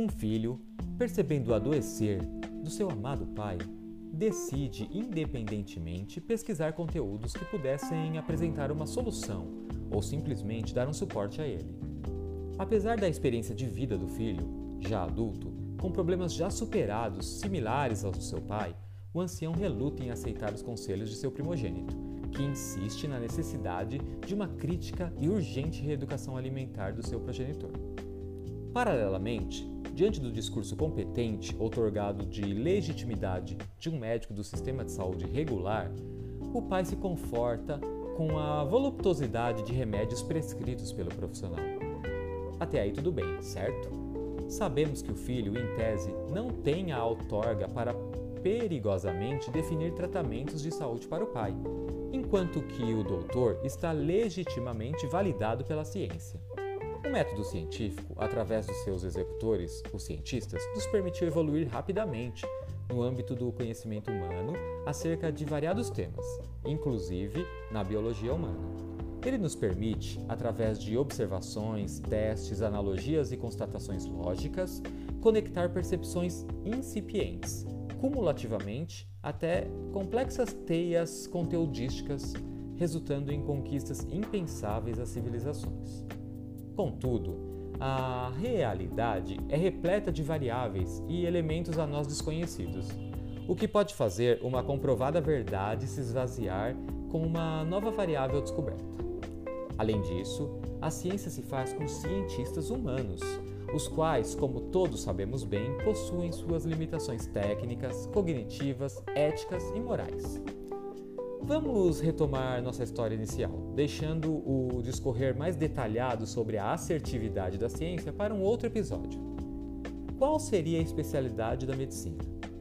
filho, percebendo o adoecer do seu amado pai, decide independentemente pesquisar conteúdos que pudessem apresentar uma solução ou simplesmente dar um suporte a ele. Apesar da experiência de vida do filho, já adulto, com problemas já superados similares aos do seu pai, o ancião reluta em aceitar os conselhos de seu primogênito, que insiste na necessidade de uma crítica e urgente reeducação alimentar do seu progenitor. Paralelamente, diante do discurso competente outorgado de legitimidade de um médico do sistema de saúde regular, o pai se conforta com a voluptuosidade de remédios prescritos pelo profissional. Até aí tudo bem, certo? Sabemos que o filho, em tese, não tem a outorga para perigosamente definir tratamentos de saúde para o pai, enquanto que o doutor está legitimamente validado pela ciência. O método científico, através dos seus executores, os cientistas, nos permitiu evoluir rapidamente no âmbito do conhecimento humano acerca de variados temas, inclusive na biologia humana. Ele nos permite, através de observações, testes, analogias e constatações lógicas, conectar percepções incipientes, cumulativamente, até complexas teias conteudísticas, resultando em conquistas impensáveis às civilizações. Contudo, a realidade é repleta de variáveis e elementos a nós desconhecidos, o que pode fazer uma comprovada verdade se esvaziar com uma nova variável descoberta. Além disso, a ciência se faz com cientistas humanos, os quais, como todos sabemos bem, possuem suas limitações técnicas, cognitivas, éticas e morais. Vamos retomar nossa história inicial, deixando o discorrer mais detalhado sobre a assertividade da ciência para um outro episódio. Qual seria a especialidade da medicina?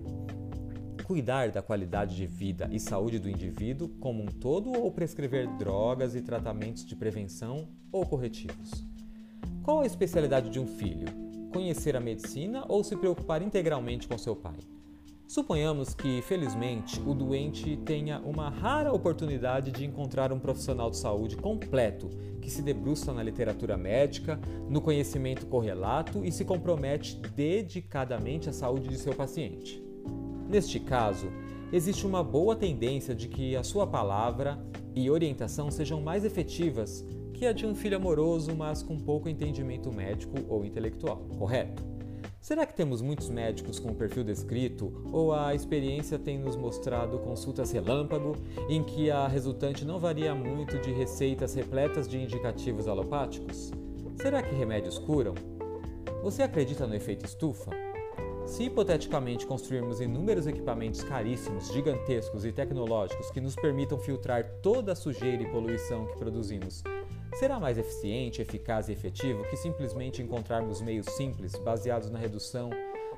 Cuidar da qualidade de vida e saúde do indivíduo como um todo ou prescrever drogas e tratamentos de prevenção ou corretivos? Qual a especialidade de um filho? Conhecer a medicina ou se preocupar integralmente com seu pai? Suponhamos que, felizmente, o doente tenha uma rara oportunidade de encontrar um profissional de saúde completo que se debruça na literatura médica, no conhecimento correlato e se compromete dedicadamente à saúde de seu paciente. Neste caso, existe uma boa tendência de que a sua palavra e orientação sejam mais efetivas que a de um filho amoroso, mas com pouco entendimento médico ou intelectual, correto? Será que temos muitos médicos com o perfil descrito ou a experiência tem nos mostrado consultas relâmpago em que a resultante não varia muito de receitas repletas de indicativos alopáticos? Será que remédios curam? Você acredita no efeito estufa? Se hipoteticamente construirmos inúmeros equipamentos caríssimos, gigantescos e tecnológicos que nos permitam filtrar toda a sujeira e poluição que produzimos, será mais eficiente, eficaz e efetivo que simplesmente encontrarmos meios simples, baseados na redução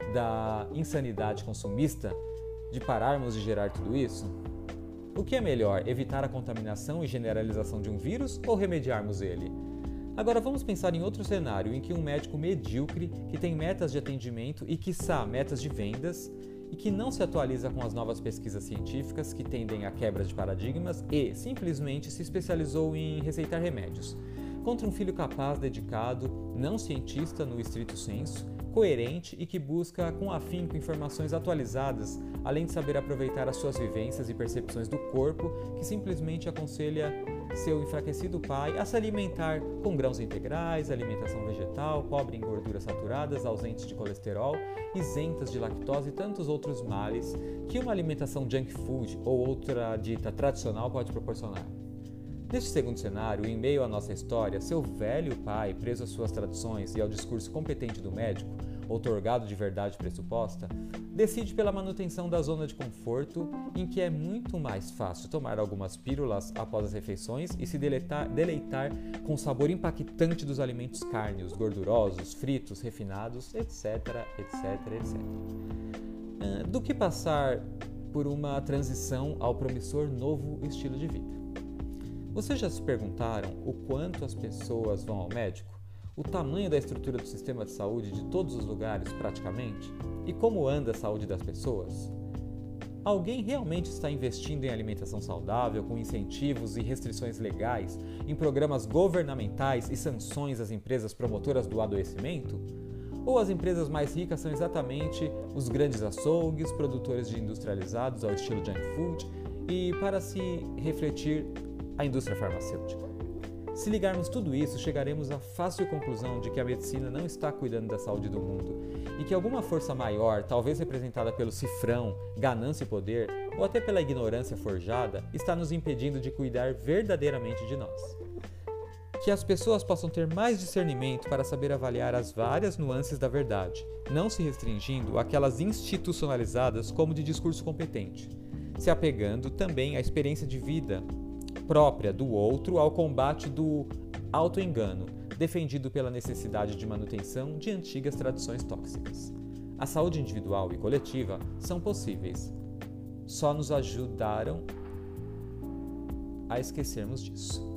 da insanidade consumista, de pararmos de gerar tudo isso? O que é melhor, evitar a contaminação e generalização de um vírus ou remediarmos ele? Agora vamos pensar em outro cenário em que um médico medíocre, que tem metas de atendimento e, quiçá, metas de vendas, e que não se atualiza com as novas pesquisas científicas que tendem à quebra de paradigmas e, simplesmente, se especializou em receitar remédios, contra um filho capaz, dedicado, não cientista no estrito senso, coerente e que busca com afinco informações atualizadas, além de saber aproveitar as suas vivências e percepções do corpo, que simplesmente aconselha seu enfraquecido pai a se alimentar com grãos integrais, alimentação vegetal, pobre em gorduras saturadas, ausentes de colesterol, isentas de lactose e tantos outros males que uma alimentação junk food ou outra dita tradicional pode proporcionar. Neste segundo cenário, em meio à nossa história, seu velho pai, preso às suas tradições e ao discurso competente do médico, outorgado de verdade pressuposta, decide pela manutenção da zona de conforto, em que é muito mais fácil tomar algumas pílulas após as refeições e se deleitar com o sabor impactante dos alimentos cárneos, gordurosos, fritos, refinados, etc, etc, etc. Do que passar por uma transição ao promissor novo estilo de vida. Vocês já se perguntaram o quanto as pessoas vão ao médico? O tamanho da estrutura do sistema de saúde de todos os lugares, praticamente? E como anda a saúde das pessoas? Alguém realmente está investindo em alimentação saudável, com incentivos e restrições legais, em programas governamentais e sanções às empresas promotoras do adoecimento? Ou as empresas mais ricas são exatamente os grandes açougues, produtores de industrializados ao estilo junk food e, para se refletir, a indústria farmacêutica? Se ligarmos tudo isso, chegaremos à fácil conclusão de que a medicina não está cuidando da saúde do mundo e que alguma força maior, talvez representada pelo cifrão, ganância e poder, ou até pela ignorância forjada, está nos impedindo de cuidar verdadeiramente de nós. Que as pessoas possam ter mais discernimento para saber avaliar as várias nuances da verdade, não se restringindo àquelas institucionalizadas como de discurso competente, se apegando também à experiência de vida própria do outro ao combate do auto-engano, defendido pela necessidade de manutenção de antigas tradições tóxicas. A saúde individual e coletiva são possíveis, só nos ajudaram a esquecermos disso.